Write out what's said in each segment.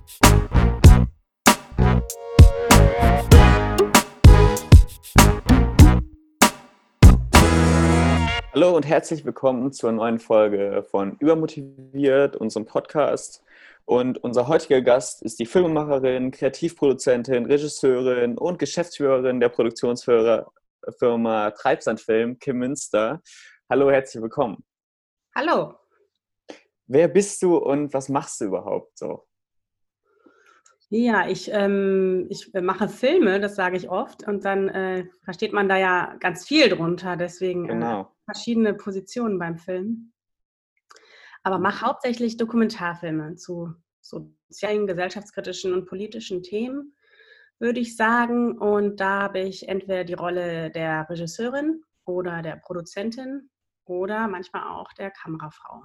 Hallo und herzlich willkommen zur neuen Folge von Übermotiviert, unserem Podcast. Und unser heutiger Gast ist die Filmemacherin, Kreativproduzentin, Regisseurin und Geschäftsführerin der Produktionsfirma Treibsandfilm, Kim Münster. Hallo, herzlich willkommen. Hallo. Wer bist du und was machst du überhaupt so? Ja, ich mache Filme, das sage ich oft, und dann versteht man da ja ganz viel drunter, deswegen Genau. verschiedene Positionen beim Film. Aber mache hauptsächlich Dokumentarfilme zu sozialen, gesellschaftskritischen und politischen Themen, würde ich sagen. Und da habe ich entweder die Rolle der Regisseurin oder der Produzentin oder manchmal auch der Kamerafrau.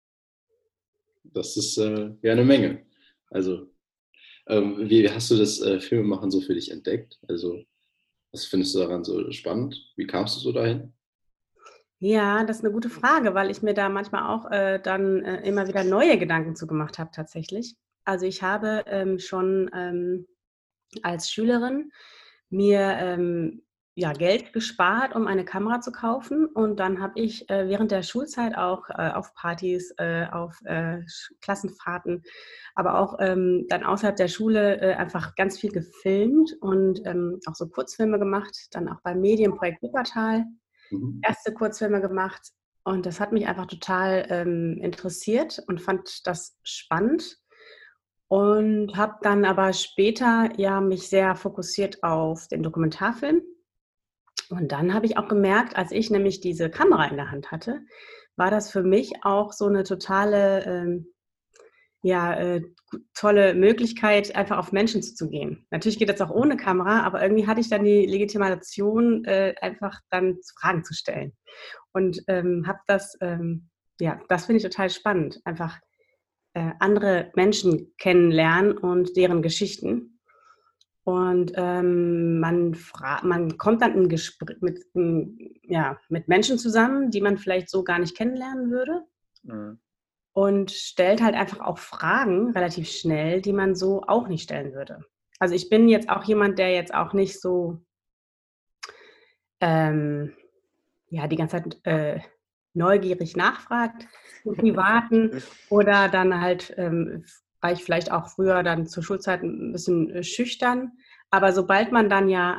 Das ist ja eine Menge. Also, wie hast du das Filmemachen so für dich entdeckt? Also, was findest du daran so spannend? Wie kamst du so dahin? Ja, das ist eine gute Frage, weil ich mir da manchmal auch dann immer wieder neue Gedanken zu gemacht habe tatsächlich. Also, ich habe schon als Schülerin mir ja, Geld gespart, um eine Kamera zu kaufen, und dann habe ich während der Schulzeit auch auf Partys, auf Klassenfahrten, aber auch dann außerhalb der Schule einfach ganz viel gefilmt und auch so Kurzfilme gemacht, dann auch beim Medienprojekt Wuppertal Mhm. erste Kurzfilme gemacht, und das hat mich einfach total interessiert und fand das spannend und habe dann aber später ja mich sehr fokussiert auf den Dokumentarfilm. Und dann habe ich auch gemerkt, als ich nämlich diese Kamera in der Hand hatte, war das für mich auch so eine totale ja, tolle Möglichkeit, einfach auf Menschen zuzugehen. Natürlich geht das auch ohne Kamera, aber irgendwie hatte ich dann die Legitimation, einfach dann Fragen zu stellen. Und habe das, ja, das finde ich total spannend, einfach andere Menschen kennenlernen und deren Geschichten. Und man kommt dann in Gespräch ja, mit Menschen zusammen, die man vielleicht so gar nicht kennenlernen würde. Mhm. Und stellt halt einfach auch Fragen relativ schnell, die man so auch nicht stellen würde. Also ich bin jetzt auch jemand, der jetzt auch nicht so ähm, ja, die ganze Zeit neugierig nachfragt im Privaten, oder dann halt war ich vielleicht auch früher dann zur Schulzeit ein bisschen schüchtern. Aber sobald man dann ja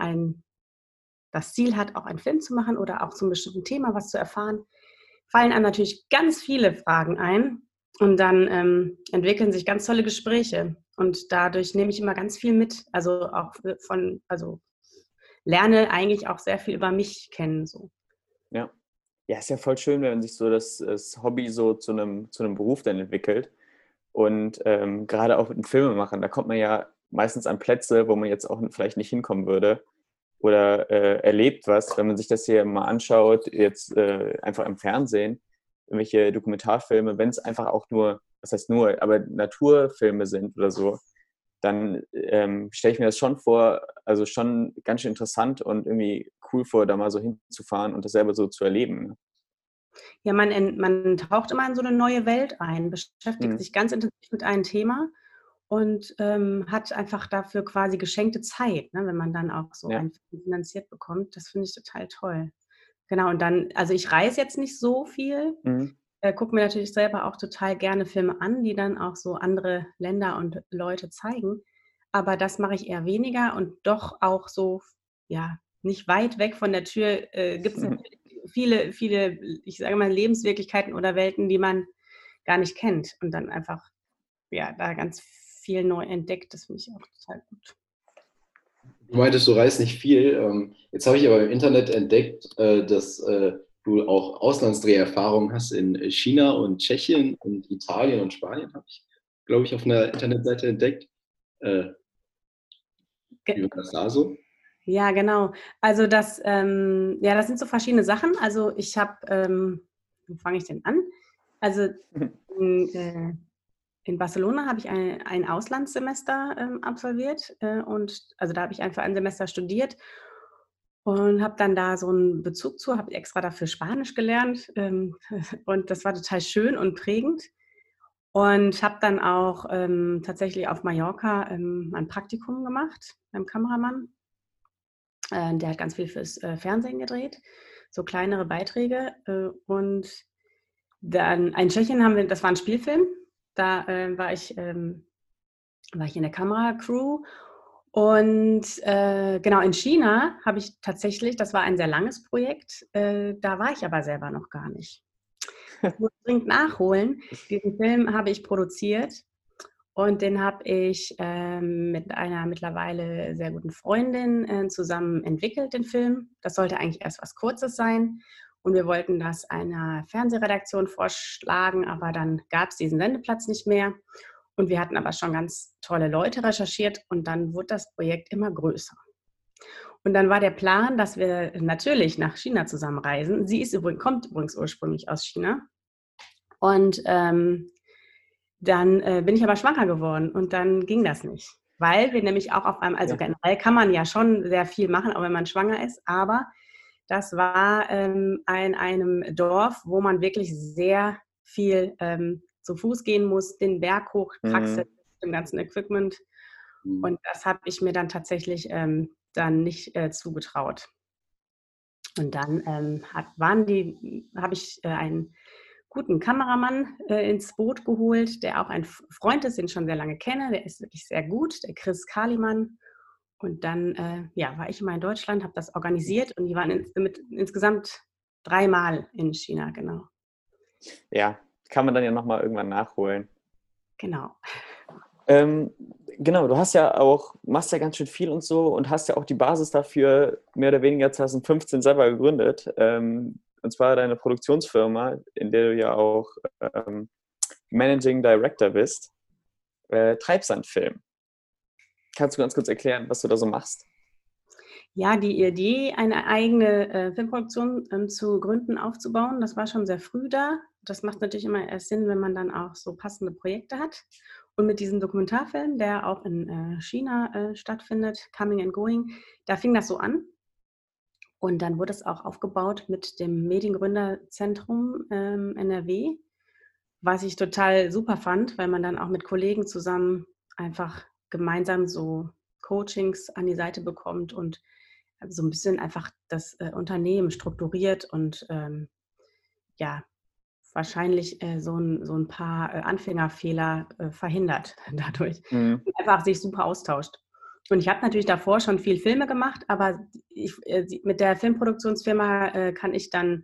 das Ziel hat, auch einen Film zu machen oder auch zum bestimmten Thema was zu erfahren, fallen einem natürlich ganz viele Fragen ein, und dann entwickeln sich ganz tolle Gespräche, und dadurch nehme ich immer ganz viel mit, also auch also lerne eigentlich auch sehr viel über mich kennen so. Ja. Ja, ist ja voll schön, wenn sich so das Hobby so zu einem Beruf dann entwickelt. Und gerade auch mit dem Filmemachen, da kommt man ja meistens an Plätze, wo man jetzt auch vielleicht nicht hinkommen würde. Oder erlebt was, wenn man sich das hier mal anschaut, jetzt einfach im Fernsehen, irgendwelche Dokumentarfilme, wenn es einfach auch nur, was heißt nur, aber Naturfilme sind oder so, dann stelle ich mir das schon vor, also schon ganz schön interessant und irgendwie cool vor, da mal so hinzufahren und das selber so zu erleben. Ne? Ja, man taucht immer in so eine neue Welt ein, beschäftigt Mhm. sich ganz intensiv mit einem Thema und hat einfach dafür quasi geschenkte Zeit, ne, wenn man dann auch so Ja. einen Film finanziert bekommt. Das finde ich total toll. Genau, und dann, also ich reise jetzt nicht so viel, Mhm. gucke mir natürlich selber auch total gerne Filme an, die dann auch so andere Länder und Leute zeigen. Aber das mache ich eher weniger, und doch auch so, ja, nicht weit weg von der Tür gibt es natürlich viele, ich sage mal, Lebenswirklichkeiten oder Welten, die man gar nicht kennt, und dann einfach, ja, da ganz viel neu entdeckt. Das finde ich auch total gut. Du meintest, du reist nicht viel. Jetzt habe ich aber im Internet entdeckt, dass du auch Auslandsdreherfahrungen hast in China und Tschechien und Italien und Spanien, habe ich, glaube ich, auf einer Internetseite entdeckt. Äh, Wie Ge war das da so? Ja, genau. Also ja, das sind so verschiedene Sachen. Also ich habe, wo fange ich denn an? Also in, in Barcelona habe ich ein Auslandssemester absolviert, und also da habe ich einfach ein Semester studiert und habe dann da so einen Bezug zu, habe extra dafür Spanisch gelernt, und das war total schön und prägend. Und habe dann auch tatsächlich auf Mallorca ein Praktikum gemacht beim Kameramann. Der hat ganz viel fürs Fernsehen gedreht, so kleinere Beiträge. Und dann in Tschechien das war ein Spielfilm. Da war ich in der Kameracrew. Und genau, in China habe ich tatsächlich, das war ein sehr langes Projekt, da war ich aber selber noch gar nicht. Ich muss dringend nachholen. Diesen Film habe ich produziert und den habe ich mit einer mittlerweile sehr guten Freundin zusammen entwickelt, den Film. Das sollte eigentlich erst was Kurzes sein und wir wollten das einer Fernsehredaktion vorschlagen, aber dann gab es diesen Sendeplatz nicht mehr. Und wir hatten aber schon ganz tolle Leute recherchiert und dann wurde das Projekt immer größer. Und dann war der Plan, dass wir natürlich nach China zusammenreisen. Kommt übrigens ursprünglich aus China. Und dann bin ich aber schwanger geworden und dann ging das nicht. Weil wir nämlich auch also generell kann man ja schon sehr viel machen, auch wenn man schwanger ist, aber das war in einem Dorf, wo man wirklich sehr viel zu Fuß gehen muss, den Berg hoch, kraxeln, dem ganzen Equipment. Und das habe ich mir dann tatsächlich dann nicht zugetraut. Und dann habe ich einen guten Kameramann ins Boot geholt, der auch ein Freund ist, den ich schon sehr lange kenne. Der ist wirklich sehr gut, der Chris Kalimann. Und dann war ich mal in Deutschland, habe das organisiert und die waren insgesamt 3 Mal in China, genau. Ja, kann man dann ja nochmal irgendwann nachholen. Genau. Genau, du machst ja ganz schön viel und so und hast ja auch die Basis dafür mehr oder weniger 2015 selber gegründet. Und zwar deine Produktionsfirma, in der du ja auch Managing Director bist, Treibsandfilm. Kannst du ganz kurz erklären, was du da so machst? Ja, die Idee, eine eigene Filmproduktion zu gründen, aufzubauen, das war schon sehr früh da. Das macht natürlich immer erst Sinn, wenn man dann auch so passende Projekte hat. Und mit diesem Dokumentarfilm, der auch in China stattfindet, Coming and Going, da fing das so an. Und dann wurde es auch aufgebaut mit dem Mediengründerzentrum NRW, was ich total super fand, weil man dann auch mit Kollegen zusammen einfach gemeinsam so Coachings an die Seite bekommt und so ein bisschen einfach das Unternehmen strukturiert und wahrscheinlich so ein paar Anfängerfehler verhindert dadurch und einfach sich super austauscht. Und ich habe natürlich davor schon viel Filme gemacht, aber mit der Filmproduktionsfirma kann ich dann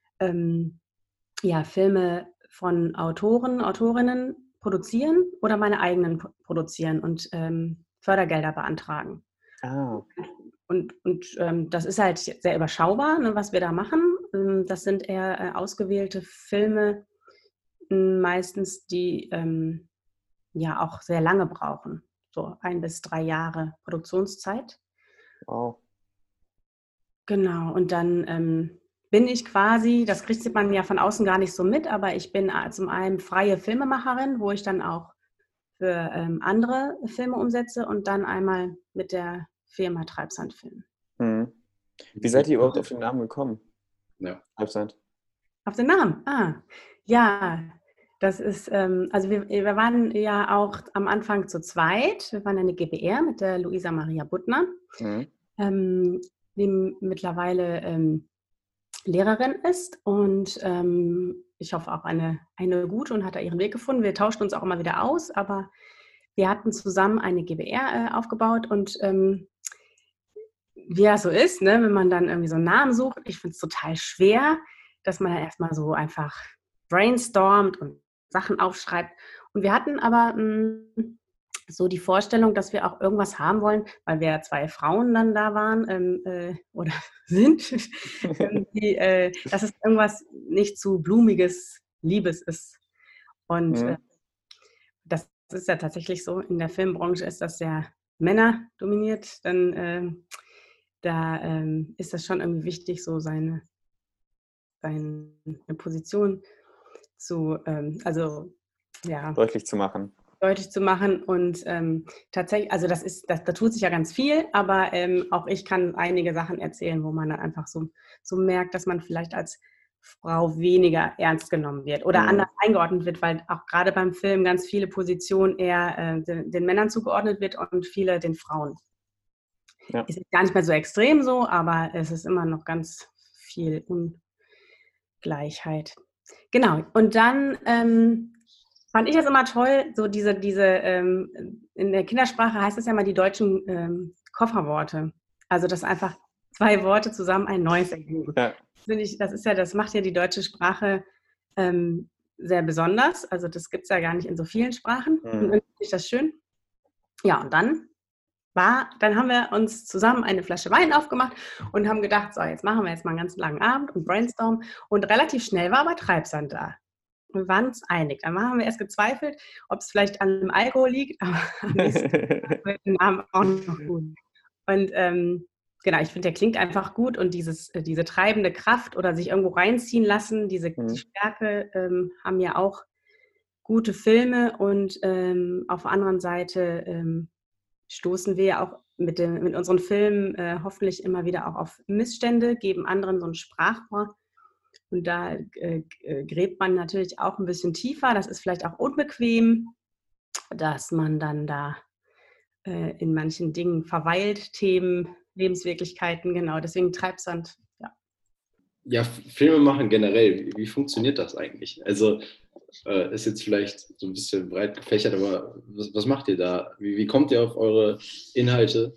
Filme von Autorinnen produzieren oder meine eigenen produzieren und Fördergelder beantragen. Ah. Und das ist halt sehr überschaubar, ne, was wir da machen. Das sind eher ausgewählte Filme, meistens, die auch sehr lange brauchen. So 1 bis 3 Jahre Produktionszeit. Wow. Genau, und dann bin ich quasi, das kriegt man ja von außen gar nicht so mit, aber ich bin zum einen freie Filmemacherin, wo ich dann auch für andere Filme umsetze und dann einmal mit der Firma Treibsandfilm. Wie seid ihr überhaupt auf den Namen gekommen? Ja. Treibsand. Auf den Namen? Ja, das ist, also wir waren ja auch am Anfang zu zweit. Wir waren eine GbR mit der Luisa Maria Buttner, die mittlerweile Lehrerin ist und ich hoffe auch eine gute und hat da ihren Weg gefunden. Wir tauschten uns auch immer wieder aus, aber wir hatten zusammen eine GbR aufgebaut und wie das so ist, ne, wenn man dann irgendwie so einen Namen sucht, ich finde es total schwer, dass man dann erstmal so einfach brainstormt und Sachen aufschreibt. Und wir hatten aber so die Vorstellung, dass wir auch irgendwas haben wollen, weil wir 2 Frauen dann da waren oder sind, dass es irgendwas nicht zu blumiges, Liebes ist. Und das ist ja tatsächlich so, in der Filmbranche ist das sehr männerdominiert, dann da ist das schon irgendwie wichtig, so seine Position zu, deutlich zu machen. Und tatsächlich, also da tut sich ja ganz viel, aber auch ich kann einige Sachen erzählen, wo man dann einfach so merkt, dass man vielleicht als Frau weniger ernst genommen wird oder anders eingeordnet wird, weil auch gerade beim Film ganz viele Positionen eher den Männern zugeordnet wird und viele den Frauen. Ja. Ist gar nicht mehr so extrem so, aber es ist immer noch ganz viel Ungleichheit. Genau. Und dann fand ich das immer toll, so diese in der Kindersprache heißt es ja mal die deutschen Kofferworte. Also, dass einfach 2 Worte zusammen ein neues ergeben. Ja. Das macht ja die deutsche Sprache sehr besonders. Also, das gibt es ja gar nicht in so vielen Sprachen. Und irgendwie finde ich das schön. Ja, und dann haben wir uns zusammen eine Flasche Wein aufgemacht und haben gedacht, so, jetzt machen wir jetzt mal einen ganz langen Abend und brainstormen. Und relativ schnell war aber Treibsand da. Wir waren uns einig. Dann haben wir erst gezweifelt, ob es vielleicht an dem Alkohol liegt, aber am nächsten Tag wird der Name auch noch gut. Und genau, ich finde, der klingt einfach gut und diese treibende Kraft oder sich irgendwo reinziehen lassen, die Stärke haben ja auch gute Filme und auf der anderen Seite stoßen wir ja auch mit unseren Filmen hoffentlich immer wieder auch auf Missstände, geben anderen so ein Sprachrohr. Und da gräbt man natürlich auch ein bisschen tiefer. Das ist vielleicht auch unbequem, dass man dann da in manchen Dingen verweilt, Themen, Lebenswirklichkeiten, genau. Deswegen Treibsand, ja. Ja, Filme machen generell, wie funktioniert das eigentlich? Also ist jetzt vielleicht so ein bisschen breit gefächert, aber was macht ihr da? Wie kommt ihr auf eure Inhalte?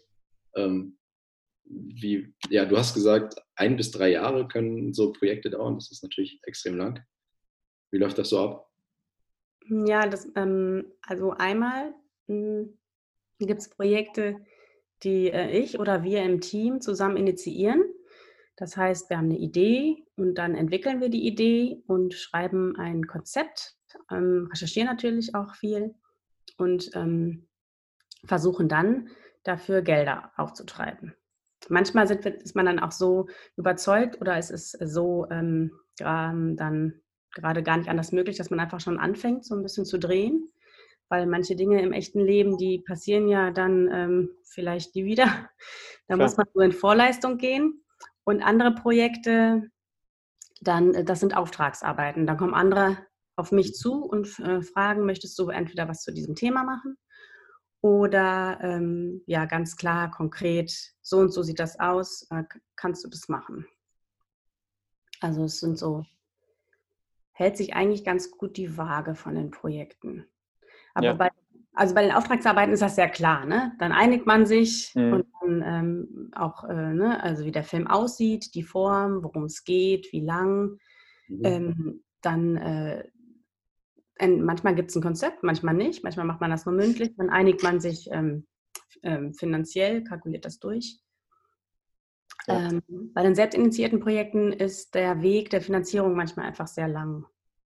Du hast gesagt, 1 bis 3 Jahre können so Projekte dauern. Das ist natürlich extrem lang. Wie läuft das so ab? Ja, also einmal gibt es Projekte, die ich oder wir im Team zusammen initiieren. Das heißt, wir haben eine Idee und dann entwickeln wir die Idee und schreiben ein Konzept, recherchieren natürlich auch viel und versuchen dann dafür Gelder aufzutreiben. Manchmal ist man dann auch so überzeugt oder es ist so dann gerade gar nicht anders möglich, dass man einfach schon anfängt, so ein bisschen zu drehen, weil manche Dinge im echten Leben, die passieren ja dann vielleicht nie wieder. Da muss man so in Vorleistung gehen. Und andere Projekte, das sind Auftragsarbeiten. Dann kommen andere auf mich zu und fragen, möchtest du entweder was zu diesem Thema machen oder ja, ganz klar, konkret, so und so sieht das aus, kannst du das machen? Also es sind so, hält sich eigentlich ganz gut die Waage von den Projekten. Aber Ja. bei den Auftragsarbeiten ist das sehr klar, ne? Dann einigt man sich und dann auch, ne, also wie der Film aussieht, die Form, worum es geht, wie lang. Manchmal gibt es ein Konzept, manchmal nicht. Manchmal macht man das nur mündlich. Dann einigt man sich finanziell, kalkuliert das durch. Ja. Bei den selbstinitiierten Projekten ist der Weg der Finanzierung manchmal einfach sehr lang.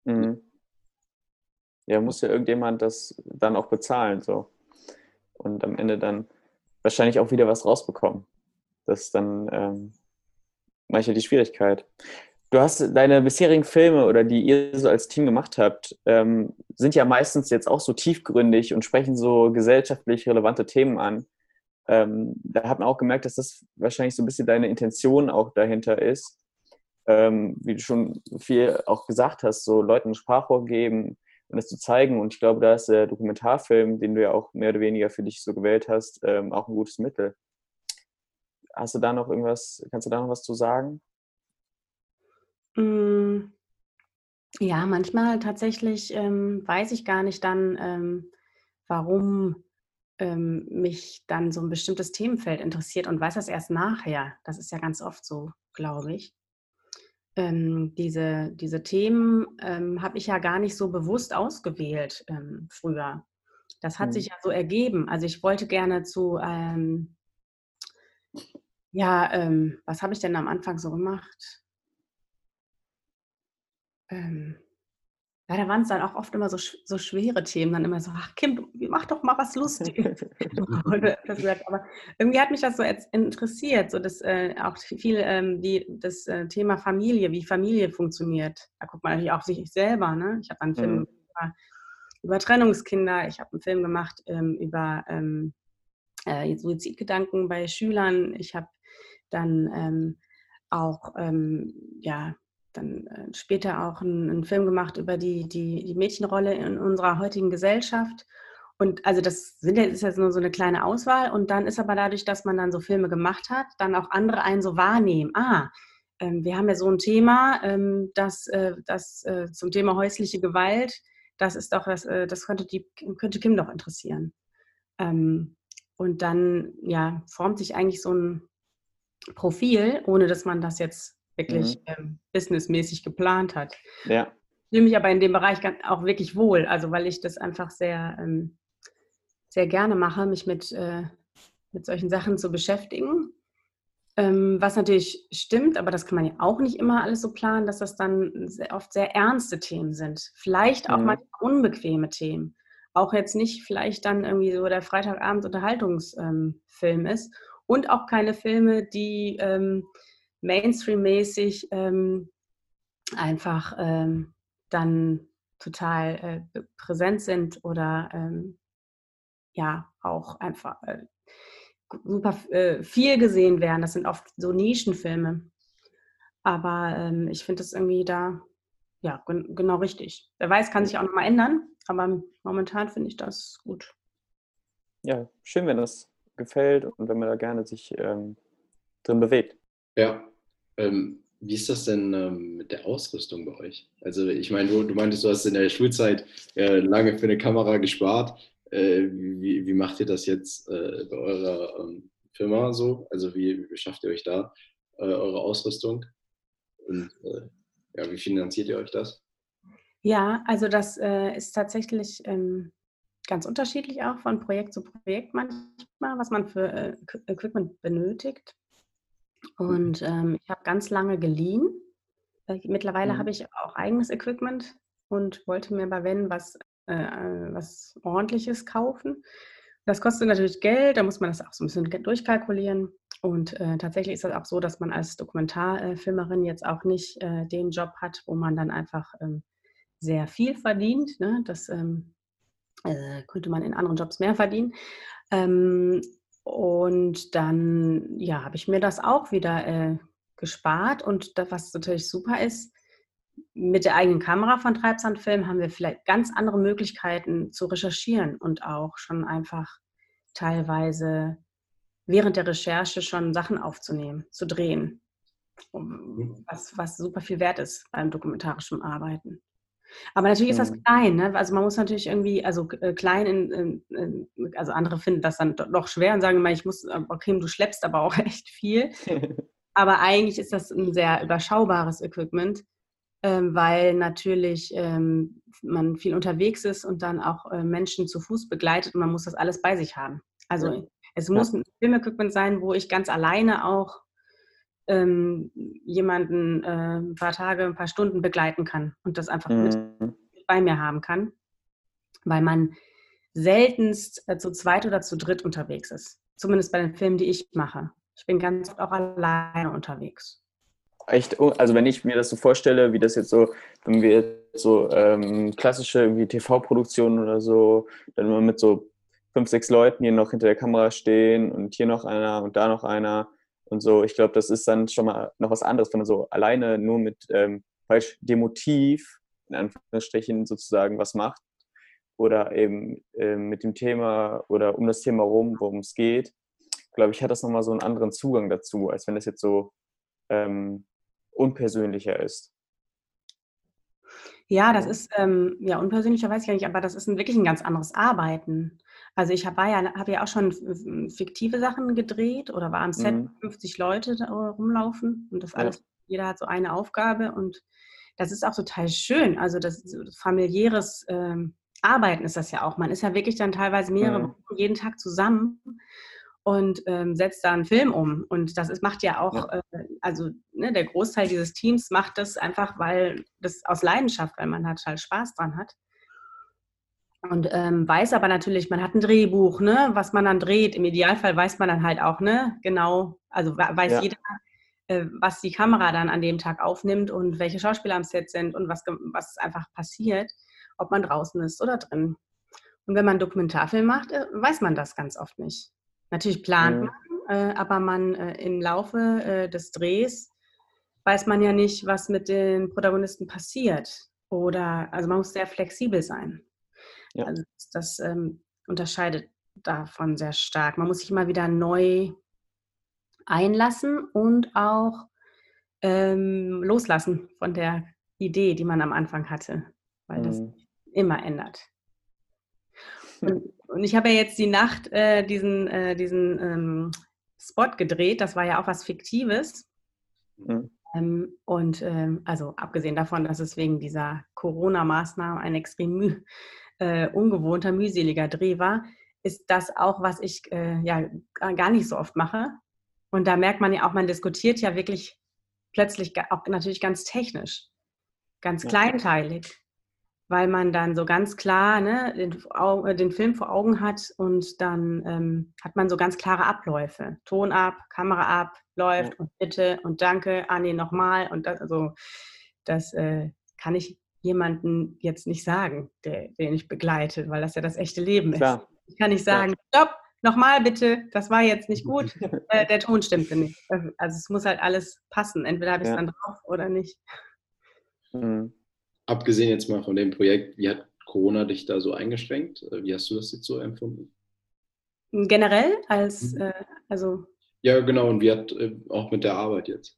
Ja, muss ja irgendjemand das dann auch bezahlen, so. Und am Ende dann wahrscheinlich auch wieder was rausbekommen. Das ist dann manchmal die Schwierigkeit. Du hast deine bisherigen Filme oder die ihr so als Team gemacht habt, sind ja meistens jetzt auch so tiefgründig und sprechen so gesellschaftlich relevante Themen an. Da hat man auch gemerkt, dass das wahrscheinlich so ein bisschen deine Intention auch dahinter ist. Wie du schon viel auch gesagt hast, so Leuten ein Sprachrohr geben und das zu zeigen. Und ich glaube, da ist der Dokumentarfilm, den du ja auch mehr oder weniger für dich so gewählt hast, auch ein gutes Mittel. Kannst du da noch was zu sagen? Ja, manchmal tatsächlich weiß ich gar nicht dann, warum mich dann so ein bestimmtes Themenfeld interessiert und weiß das erst nachher. Das ist ja ganz oft so, glaube ich. Diese Themen habe ich ja gar nicht so bewusst ausgewählt früher. Das hat sich ja so ergeben. Also ich wollte gerne was habe ich denn am Anfang so gemacht? Ja, da waren es dann auch oft immer so schwere Themen, dann immer so: „Ach Kim, mach doch mal was Lustiges.“ Wurde öfters gesagt, aber irgendwie hat mich das so jetzt interessiert, so das auch viel das Thema Familie, wie Familie funktioniert. Da guckt man natürlich auch sich selber, ne? Ich habe einen Film über Trennungskinder, ich habe einen Film gemacht über Suizidgedanken bei Schülern. Ich habe dann auch dann später auch einen Film gemacht über die Mädchenrolle in unserer heutigen Gesellschaft. Und also das ist jetzt nur so eine kleine Auswahl. Und dann ist aber dadurch, dass man dann so Filme gemacht hat, dann auch andere einen so wahrnehmen. Wir haben ja so ein Thema, das zum Thema häusliche Gewalt, das ist doch, das könnte Kim doch interessieren. Und dann ja, formt sich eigentlich so ein Profil, ohne dass man das jetzt wirklich businessmäßig geplant hat. Ja. Ich fühle mich aber in dem Bereich auch wirklich wohl, also weil ich das einfach sehr, sehr gerne mache, mich mit solchen Sachen zu beschäftigen. Was natürlich stimmt, aber das kann man ja auch nicht immer alles so planen, dass das dann oft sehr ernste Themen sind. Vielleicht auch manchmal unbequeme Themen. Auch jetzt nicht vielleicht dann irgendwie so der Freitagabend-Unterhaltungsfilm ist. Und auch keine Filme, die Mainstream-mäßig einfach dann total präsent sind oder ja, auch einfach super viel gesehen werden. Das sind oft so Nischenfilme. Aber ich finde das irgendwie da ja, genau richtig. Wer weiß, kann sich auch nochmal ändern, aber momentan finde ich das gut. Ja, schön, wenn das gefällt und wenn man da gerne sich drin bewegt. Ja. Wie ist das denn mit der Ausrüstung bei euch? Also ich meine, du meintest, du hast in der Schulzeit lange für eine Kamera gespart. Wie macht ihr das jetzt bei eurer Firma so? Also wie beschafft ihr euch da eure Ausrüstung? Und ja, wie finanziert ihr euch das? Ja, also das ist tatsächlich ganz unterschiedlich auch von Projekt zu Projekt manchmal, was man für Equipment benötigt. Und ich habe ganz lange geliehen. Mittlerweile habe ich auch eigenes Equipment und wollte mir aber was Ordentliches kaufen. Das kostet natürlich Geld, da muss man das auch so ein bisschen durchkalkulieren. Und tatsächlich ist das auch so, dass man als Dokumentarfilmerin jetzt auch nicht den Job hat, wo man dann einfach sehr viel verdient. Ne? Das könnte man in anderen Jobs mehr verdienen. Und dann ja, habe ich mir das auch wieder gespart. Und das, was natürlich super ist, mit der eigenen Kamera von Treibsandfilm haben wir vielleicht ganz andere Möglichkeiten zu recherchieren und auch schon einfach teilweise während der Recherche schon Sachen aufzunehmen, zu drehen, was super viel wert ist beim dokumentarischen Arbeiten. Aber natürlich ist das klein, ne? Also man muss natürlich irgendwie, also klein, also andere finden das dann doch schwer und sagen immer, okay, du schleppst aber auch echt viel. Aber eigentlich ist das ein sehr überschaubares Equipment, weil natürlich man viel unterwegs ist und dann auch Menschen zu Fuß begleitet und man muss das alles bei sich haben. Also es muss ein Filmequipment sein, wo ich ganz alleine auch jemanden ein paar Tage, ein paar Stunden begleiten kann und das einfach mit bei mir haben kann, weil man seltenst zu zweit oder zu dritt unterwegs ist. Zumindest bei den Filmen, die ich mache. Ich bin ganz oft auch alleine unterwegs. Echt, also wenn ich mir das so vorstelle, wie das jetzt so, wenn wir jetzt so klassische irgendwie TV-Produktionen oder so, dann immer mit so 5, 6 Leuten hier noch hinter der Kamera stehen und hier noch einer und da noch einer und so. Ich glaube, das ist dann schon mal noch was anderes, wenn man so alleine nur mit falsch demotiv, in Anführungsstrichen, sozusagen was macht oder eben mit dem Thema oder um das Thema rum, worum es geht. Glaube ich, hat das nochmal so einen anderen Zugang dazu, als wenn das jetzt so unpersönlicher ist. Ja, das ist, ja, unpersönlicher weiß ich gar nicht, aber das ist wirklich ein ganz anderes Arbeiten. Also ich habe ja auch schon fiktive Sachen gedreht oder war am Set, 50 Leute da rumlaufen und das alles, jeder hat so eine Aufgabe und das ist auch total schön. Also das familiäres Arbeiten ist das ja auch. Man ist ja wirklich dann teilweise mehrere Wochen jeden Tag zusammen und setzt da einen Film um. Und das macht ja auch, also ne, der Großteil dieses Teams macht das einfach, weil das aus Leidenschaft, weil man halt Spaß dran hat. Und weiß aber natürlich, man hat ein Drehbuch, ne, was man dann dreht. Im Idealfall weiß man dann halt auch, ne, genau, also weiß jeder, was die Kamera dann an dem Tag aufnimmt und welche Schauspieler am Set sind und was einfach passiert, ob man draußen ist oder drin. Und wenn man einen Dokumentarfilm macht, weiß man das ganz oft nicht. Natürlich plant man, aber man im Laufe des Drehs weiß man ja nicht, was mit den Protagonisten passiert. Oder, also man muss sehr flexibel sein. Ja. Also das unterscheidet davon sehr stark. Man muss sich immer wieder neu einlassen und auch loslassen von der Idee, die man am Anfang hatte, weil das immer ändert. Und ich habe ja jetzt die Nacht diesen Spot gedreht, das war ja auch was Fiktives. Also abgesehen davon, dass es wegen dieser Corona-Maßnahmen ein extrem ungewohnter, mühseliger Dreh war, ist das auch, was ich gar nicht so oft mache. Und da merkt man ja auch, man diskutiert ja wirklich plötzlich auch natürlich ganz technisch, ganz kleinteilig, weil man dann so ganz klar den Film vor Augen hat und dann hat man so ganz klare Abläufe. Ton ab, Kamera ab, läuft und bitte und danke, nee, nochmal. Und das kann ich jemandem jetzt nicht sagen, den ich begleite, weil das ja das echte Leben ist. Ich kann nicht sagen, stopp, nochmal bitte, das war jetzt nicht gut, der Ton stimmte nicht. Also es muss halt alles passen, entweder habe ich es dann drauf oder nicht. Abgesehen jetzt mal von dem Projekt, wie hat Corona dich da so eingeschränkt? Wie hast du das jetzt so empfunden? Generell Ja, genau, und wie hat auch mit der Arbeit jetzt?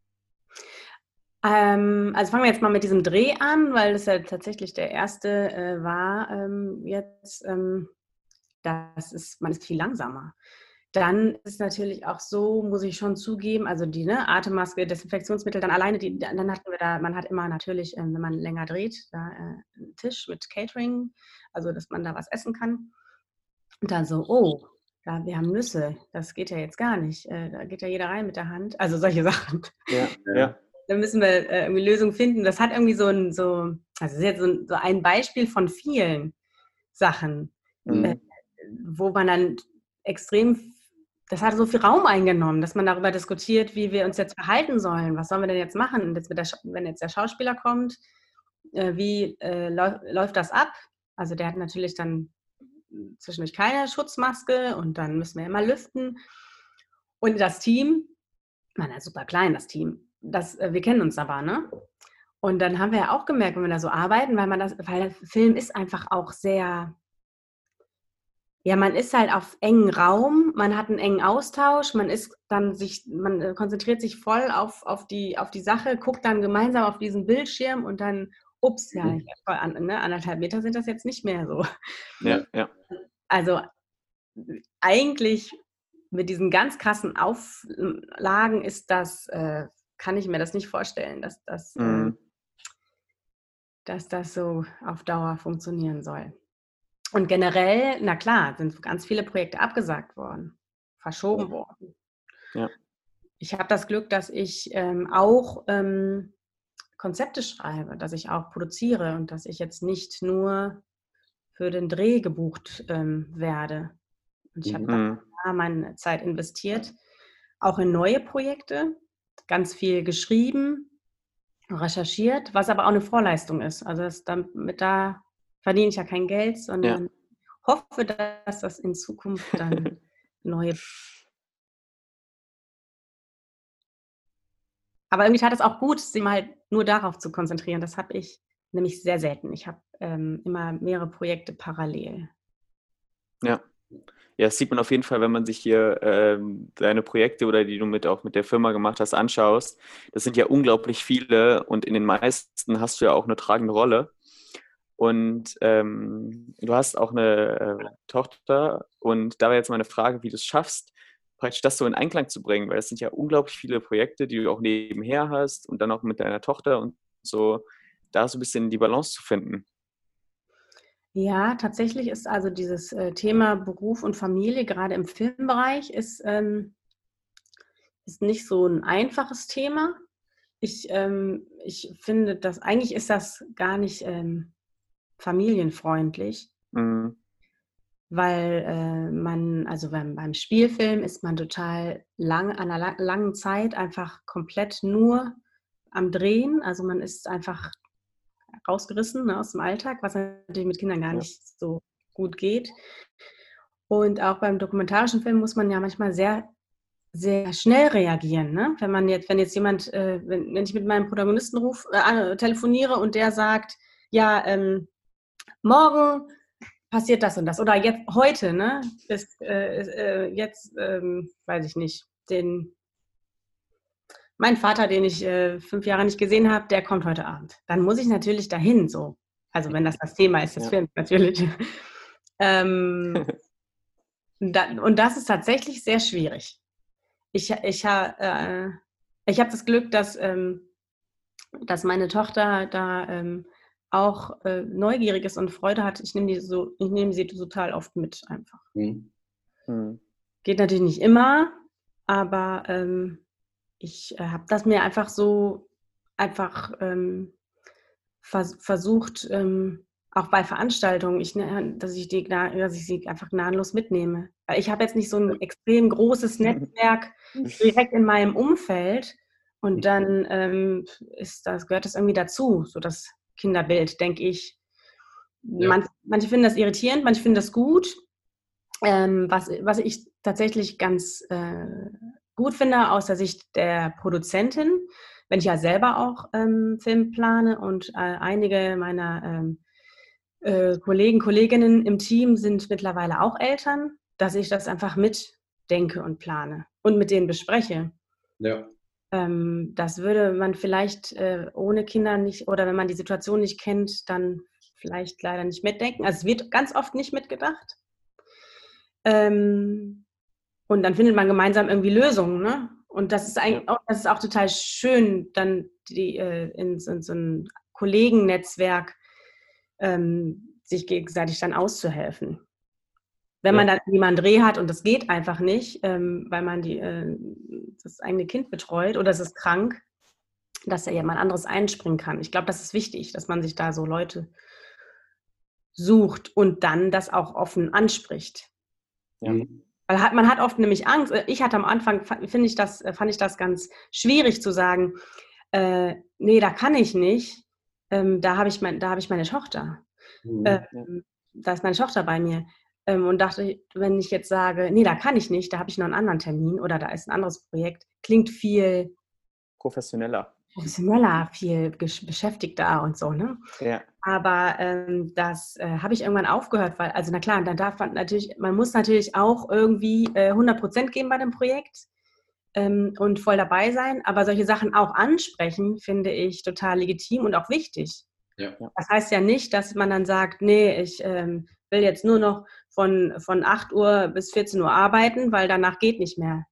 Also fangen wir jetzt mal mit diesem Dreh an, weil das ja tatsächlich der erste war jetzt. Man ist viel langsamer. Dann ist es natürlich auch so, muss ich schon zugeben, also die Atemmaske, Desinfektionsmittel, dann alleine, dann hatten wir da, man hat immer natürlich, wenn man länger dreht, da einen Tisch mit Catering, also dass man da was essen kann. Und dann so, wir haben Nüsse, das geht ja jetzt gar nicht, da geht ja jeder rein mit der Hand, also solche Sachen. Ja. Da müssen wir irgendwie Lösungen finden. Das hat irgendwie also das ist jetzt so ein Beispiel von vielen Sachen, wo man dann das hat so viel Raum eingenommen, dass man darüber diskutiert, wie wir uns jetzt verhalten sollen. Was sollen wir denn jetzt machen? Und jetzt wenn jetzt der Schauspieler kommt, wie läuft das ab? Also der hat natürlich dann zwischendurch keine Schutzmaske und dann müssen wir immer lüften. Und das Team, man ist super klein, das Team, wir kennen uns aber, ne? Und dann haben wir ja auch gemerkt, wenn wir da so arbeiten, weil der Film ist einfach auch sehr, man ist halt auf engen Raum, man hat einen engen Austausch, man konzentriert sich voll auf die Sache, guckt dann gemeinsam auf diesen Bildschirm und dann, anderthalb Meter sind das jetzt nicht mehr so. Ja. Also eigentlich mit diesen ganz krassen Auflagen kann ich mir das nicht vorstellen, dass das so auf Dauer funktionieren soll. Und generell, na klar, sind ganz viele Projekte abgesagt worden, verschoben worden. Ja. Ich habe das Glück, dass ich auch Konzepte schreibe, dass ich auch produziere und dass ich jetzt nicht nur für den Dreh gebucht werde. Und ich habe da meine Zeit investiert, auch in neue Projekte, ganz viel geschrieben, recherchiert, was aber auch eine Vorleistung ist. Also da verdiene ich ja kein Geld, sondern hoffe, dass das in Zukunft dann neue... Aber irgendwie tat es auch gut, sich mal nur darauf zu konzentrieren. Das habe ich nämlich sehr selten. Ich habe immer mehrere Projekte parallel. Ja, das sieht man auf jeden Fall, wenn man sich hier deine Projekte oder die du auch mit der Firma gemacht hast, anschaust. Das sind ja unglaublich viele und in den meisten hast du ja auch eine tragende Rolle. Und du hast auch eine Tochter und da wäre jetzt meine Frage, wie du es schaffst, praktisch das so in Einklang zu bringen, weil es sind ja unglaublich viele Projekte, die du auch nebenher hast und dann auch mit deiner Tochter und so, da so ein bisschen die Balance zu finden. Ja, tatsächlich ist also dieses Thema Beruf und Familie, gerade im Filmbereich, ist nicht so ein einfaches Thema. Ich finde, eigentlich ist das gar nicht familienfreundlich, weil beim Spielfilm ist man total an einer langen Zeit einfach komplett nur am Drehen. Also man ist einfach rausgerissen aus dem Alltag, was natürlich mit Kindern gar nicht so gut geht. Und auch beim dokumentarischen Film muss man ja manchmal sehr sehr schnell reagieren, ne? Wenn jetzt jemand, wenn ich mit meinem Protagonisten telefoniere und der sagt, ja, morgen passiert das und das oder jetzt heute, ne? Jetzt, weiß ich nicht, mein Vater, den ich 5 Jahre nicht gesehen habe, der kommt heute Abend. Dann muss ich natürlich dahin, so. Also wenn das Thema ist des Films natürlich. Und das ist tatsächlich sehr schwierig. Ich habe das Glück, dass meine Tochter da auch neugierig ist und Freude hat. Ich nehme sie total oft mit einfach. Mhm. Geht natürlich nicht immer, aber ich habe das mir einfach so versucht, auch bei Veranstaltungen, dass ich sie einfach gnadenlos mitnehme. Weil ich habe jetzt nicht so ein extrem großes Netzwerk direkt in meinem Umfeld und dann gehört das irgendwie dazu, so das Kinderbild, denke ich. Ja. Manche finden das irritierend, manche finden das gut. Was ich tatsächlich ganz gut finde aus der Sicht der Produzentin, wenn ich ja selber auch Film plane und einige meiner Kolleginnen im Team sind mittlerweile auch Eltern, dass ich das einfach mitdenke und plane und mit denen bespreche. Ja. Das würde man vielleicht ohne Kinder nicht, oder wenn man die Situation nicht kennt, dann vielleicht leider nicht mitdenken. Also es wird ganz oft nicht mitgedacht. Und dann findet man gemeinsam irgendwie Lösungen, ne? Und das ist eigentlich das ist auch total schön, dann in so ein Kollegennetzwerk sich gegenseitig dann auszuhelfen. Wenn man dann jemanden Dreh hat und das geht einfach nicht, weil man das eigene Kind betreut oder es ist krank, dass da jemand anderes einspringen kann. Ich glaube, das ist wichtig, dass man sich da so Leute sucht und dann das auch offen anspricht. Ja. Weil man hat oft nämlich Angst. Ich hatte am Anfang, fand ich das ganz schwierig zu sagen, nee, da kann ich nicht. Da habe ich meine Tochter. Da ist meine Tochter bei mir. Und dachte, wenn ich jetzt sage, nee, da kann ich nicht, da habe ich noch einen anderen Termin oder da ist ein anderes Projekt, klingt viel professioneller, viel beschäftigter und so, ne? Ja. Aber das habe ich irgendwann aufgehört, weil, also na klar, man muss natürlich auch irgendwie 100% geben bei dem Projekt und voll dabei sein, aber solche Sachen auch ansprechen, finde ich total legitim und auch wichtig. Ja. Das heißt ja nicht, dass man dann sagt, nee, ich will jetzt nur noch von 8 Uhr bis 14 Uhr arbeiten, weil danach geht nicht mehr.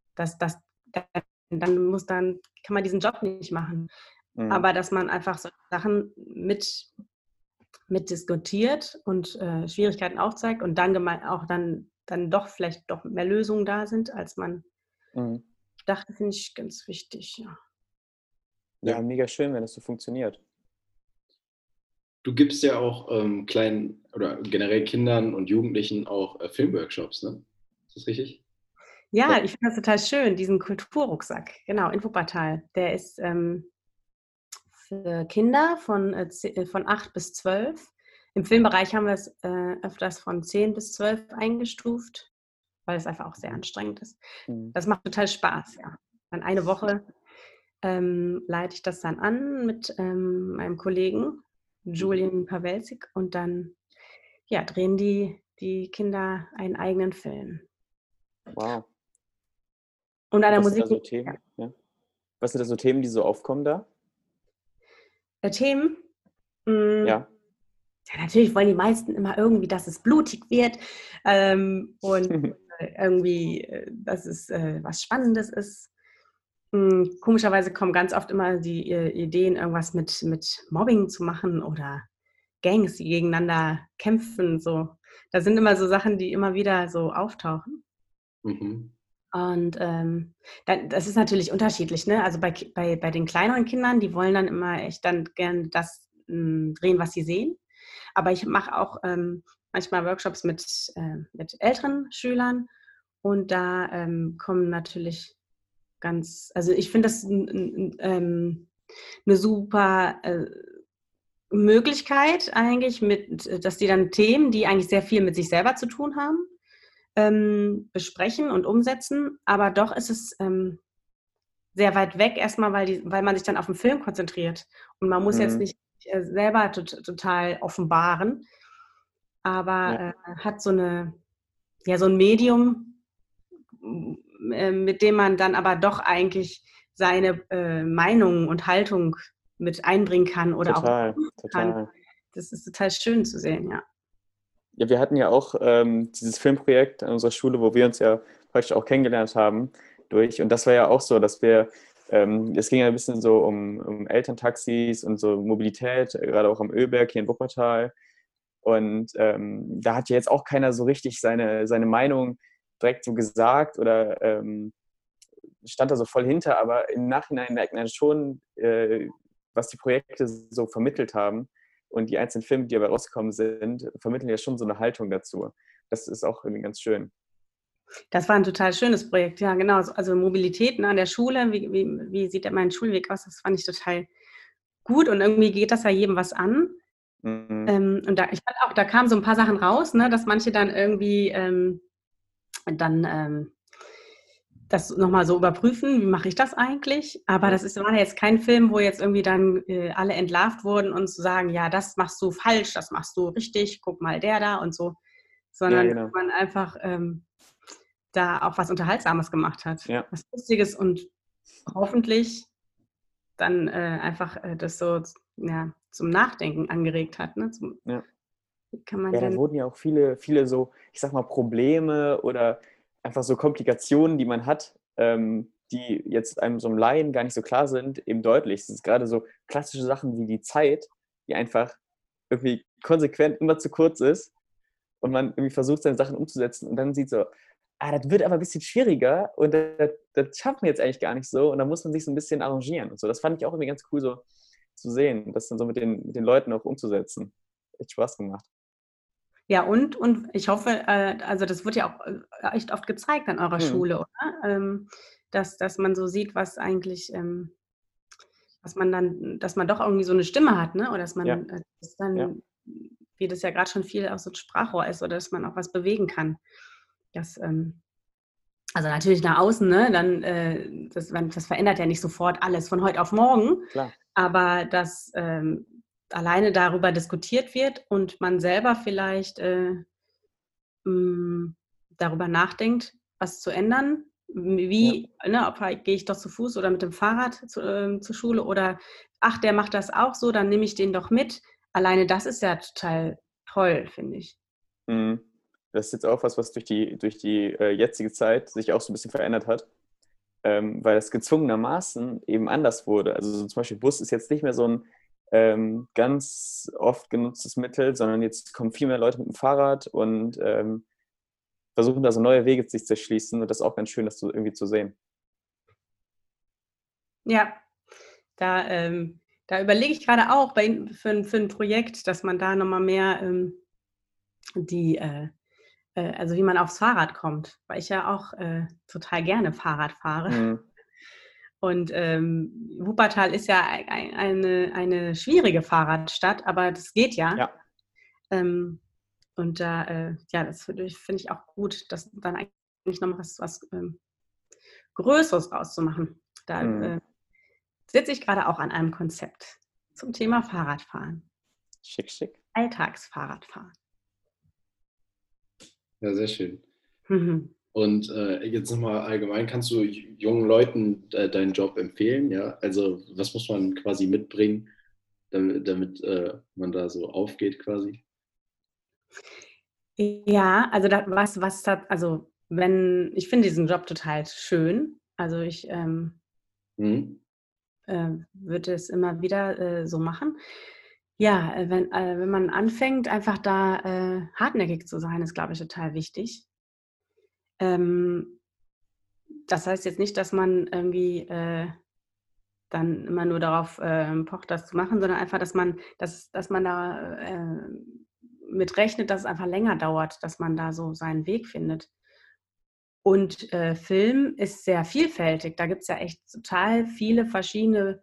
Dann kann man diesen Job nicht machen. Aber dass man einfach so Sachen mit diskutiert und Schwierigkeiten aufzeigt und dann auch dann doch vielleicht doch mehr Lösungen da sind, als man dachte, finde ich ganz wichtig. Ja, mega schön, wenn das so funktioniert. Du gibst ja auch kleinen oder generell Kindern und Jugendlichen auch Filmworkshops, ne? Ist das richtig? Ja, ich finde das total schön, diesen Kulturrucksack. Genau, Infoportal. Der ist für Kinder von 8 bis 12. Im Filmbereich haben wir es öfters von 10 bis 12 eingestuft, weil es einfach auch sehr anstrengend ist. Das macht total Spaß, ja. Dann eine Woche leite ich das dann an mit meinem Kollegen Julian Pawelzik und dann drehen die Kinder einen eigenen Film. Wow. Und an der Was Musik. sind da so Themen? Ja. Was sind da so Themen, die so aufkommen da? Themen? Ja. Ja, natürlich wollen die meisten immer irgendwie, dass es blutig wird und irgendwie, dass es was Spannendes ist. Komischerweise kommen ganz oft immer die Ideen, irgendwas mit Mobbing zu machen oder Gangs, die gegeneinander kämpfen. So. Das sind immer so Sachen, die immer wieder so auftauchen. Und das ist natürlich unterschiedlich, ne? Also bei den kleineren Kindern, die wollen dann immer echt dann gern das drehen, was sie sehen. Aber ich mache auch manchmal Workshops mit älteren Schülern und da kommen natürlich also ich finde das eine super Möglichkeit eigentlich, dass die dann Themen, die eigentlich sehr viel mit sich selber zu tun haben, besprechen und umsetzen, aber doch ist es sehr weit weg erstmal, weil man sich dann auf den Film konzentriert und man muss jetzt nicht selber total offenbaren, aber hat so ein Medium, mit dem man dann aber doch eigentlich seine Meinung und Haltung mit einbringen kann oder Total, auch kann. Das ist total schön zu sehen, ja. Ja, wir hatten ja auch dieses Filmprojekt an unserer Schule, wo wir uns ja praktisch auch kennengelernt haben durch. Und das war ja auch so, dass wir, es ging ja ein bisschen so um Elterntaxis und so Mobilität, gerade auch am Ölberg hier in Wuppertal. Und da hat ja jetzt auch keiner so richtig seine Meinung direkt so gesagt oder stand da so voll hinter, aber im Nachhinein merkt man schon, was die Projekte so vermittelt haben. Und die einzelnen Filme, die dabei rausgekommen sind, vermitteln ja schon so eine Haltung dazu. Das ist auch irgendwie ganz schön. Das war ein total schönes Projekt, ja, genau. Also Mobilität an der Schule, wie sieht mein Schulweg aus? Das fand ich total gut und irgendwie geht das ja jedem was an. Und ich fand auch, da kamen so ein paar Sachen raus, ne, dass manche dann irgendwie das nochmal so überprüfen, wie mache ich das eigentlich? Aber das war ja jetzt kein Film, wo jetzt irgendwie dann alle entlarvt wurden und zu sagen, ja, das machst du falsch, das machst du richtig, guck mal der da und so. Sondern genau. man einfach da auch was Unterhaltsames gemacht hat. Ja. Was Lustiges und hoffentlich dann einfach das so zum Nachdenken angeregt hat. Ne? Kann man da wurden ja auch viele so, ich sag mal, Probleme oder einfach so Komplikationen, die man hat, die jetzt einem so einem Laien gar nicht so klar sind, eben deutlich. Es ist gerade so klassische Sachen wie die Zeit, die einfach irgendwie konsequent immer zu kurz ist und man irgendwie versucht, seine Sachen umzusetzen und dann sieht so, das wird aber ein bisschen schwieriger und das schaffen wir jetzt eigentlich gar nicht so und dann muss man sich so ein bisschen arrangieren und so. Das fand ich auch irgendwie ganz cool so zu sehen, das dann so mit den Leuten auch umzusetzen. Echt Spaß gemacht. Ja, und ich hoffe, also das wird ja auch echt oft gezeigt an eurer Schule, oder? Dass man so sieht, was eigentlich, dass man doch irgendwie so eine Stimme hat, ne? Oder dass man das dann, wie das ja gerade schon viel auch so ein Sprachrohr ist, oder dass man auch was bewegen kann. Das, also natürlich nach außen, ne? Dann, das verändert ja nicht sofort alles von heute auf morgen. Klar. Aber dass alleine darüber diskutiert wird und man selber vielleicht darüber nachdenkt, was zu ändern. Gehe ich doch zu Fuß oder mit dem Fahrrad zur Schule oder ach, der macht das auch so, dann nehme ich den doch mit. Alleine das ist ja total toll, finde ich. Das ist jetzt auch was durch die jetzige Zeit sich auch so ein bisschen verändert hat, weil es gezwungenermaßen eben anders wurde. Also so zum Beispiel Bus ist jetzt nicht mehr so ein ganz oft genutztes Mittel, sondern jetzt kommen viel mehr Leute mit dem Fahrrad und versuchen da so neue Wege sich zu erschließen und das ist auch ganz schön, das irgendwie zu sehen. Ja, da überlege ich gerade auch für ein Projekt, dass man da nochmal mehr also wie man aufs Fahrrad kommt, weil ich ja auch total gerne Fahrrad fahre. Und Wuppertal ist ja eine schwierige Fahrradstadt, aber das geht ja. Und da, das finde ich auch gut, dass dann eigentlich noch was Größeres rauszumachen. Da sitze ich gerade auch an einem Konzept zum Thema Fahrradfahren. Schick, schick. Alltagsfahrradfahren. Ja, sehr schön. Und jetzt nochmal allgemein, kannst du jungen Leuten deinen Job empfehlen? Ja, also was muss man quasi mitbringen, damit man da so aufgeht quasi? Ja, also ich finde diesen Job total schön. Also ich würde es immer wieder so machen. Ja, wenn man anfängt, einfach da hartnäckig zu sein, ist, glaube ich, total wichtig. Das heißt jetzt nicht, dass man irgendwie dann immer nur darauf pocht, das zu machen, sondern einfach, dass man da mit rechnet, dass es einfach länger dauert, dass man da so seinen Weg findet. Und Film ist sehr vielfältig. Da gibt es ja echt total viele verschiedene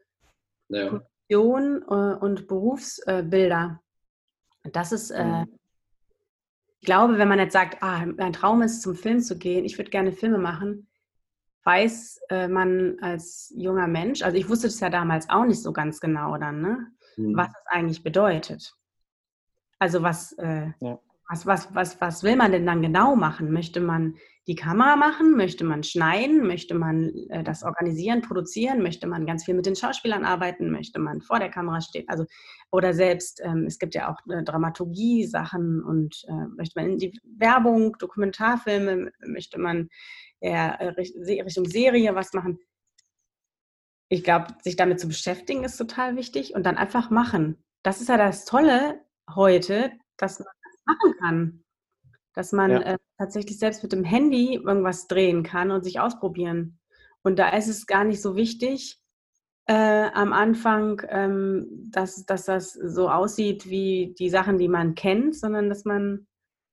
Funktionen und Berufsbilder. Das ist glaube, wenn man jetzt sagt, mein Traum ist, zum Film zu gehen, ich würde gerne Filme machen, weiß man als junger Mensch, also ich wusste das ja damals auch nicht so ganz genau dann, ne, was es eigentlich bedeutet. Also was will man denn dann genau machen? Möchte man die Kamera machen? Möchte man schneiden? Möchte man das organisieren, produzieren? Möchte man ganz viel mit den Schauspielern arbeiten? Möchte man vor der Kamera stehen? Also, oder selbst, es gibt ja auch Dramaturgie-Sachen und möchte man in die Werbung, Dokumentarfilme, möchte man eher Richtung Serie was machen? Ich glaube, sich damit zu beschäftigen ist total wichtig und dann einfach machen. Das ist ja das Tolle heute, dass man das machen kann. Dass man tatsächlich selbst mit dem Handy irgendwas drehen kann und sich ausprobieren. Und da ist es gar nicht so wichtig am Anfang, dass das so aussieht wie die Sachen, die man kennt, sondern dass man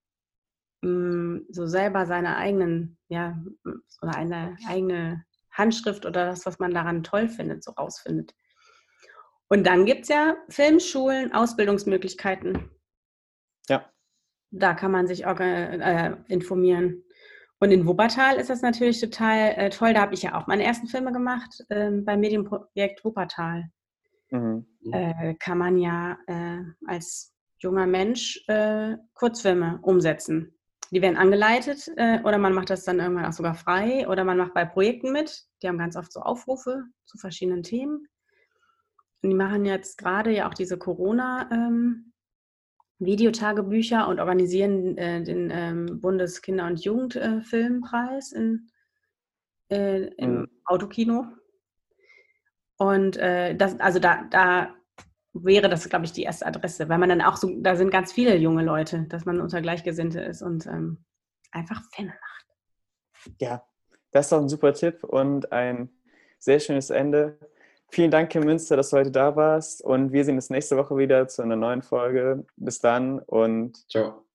so selber seine eigenen, oder eine eigene Handschrift oder das, was man daran toll findet, so rausfindet. Und dann gibt es ja Filmschulen, Ausbildungsmöglichkeiten. Ja. Da kann man sich informieren. Und in Wuppertal ist das natürlich total toll. Da habe ich ja auch meine ersten Filme gemacht, beim Medienprojekt Wuppertal. Mhm. Kann man ja als junger Mensch Kurzfilme umsetzen. Die werden angeleitet oder man macht das dann irgendwann auch sogar frei oder man macht bei Projekten mit. Die haben ganz oft so Aufrufe zu verschiedenen Themen. Und die machen jetzt gerade ja auch diese Videotagebücher und organisieren den Bundeskinder- und Jugendfilmpreis im Autokino. Und da wäre das, glaube ich, die erste Adresse, weil man dann auch so, da sind ganz viele junge Leute, dass man unter Gleichgesinnte ist und einfach Filme macht. Ja, das ist doch ein super Tipp und ein sehr schönes Ende. Vielen Dank, Kim Münster, dass du heute da warst und wir sehen uns nächste Woche wieder zu einer neuen Folge. Bis dann und ciao.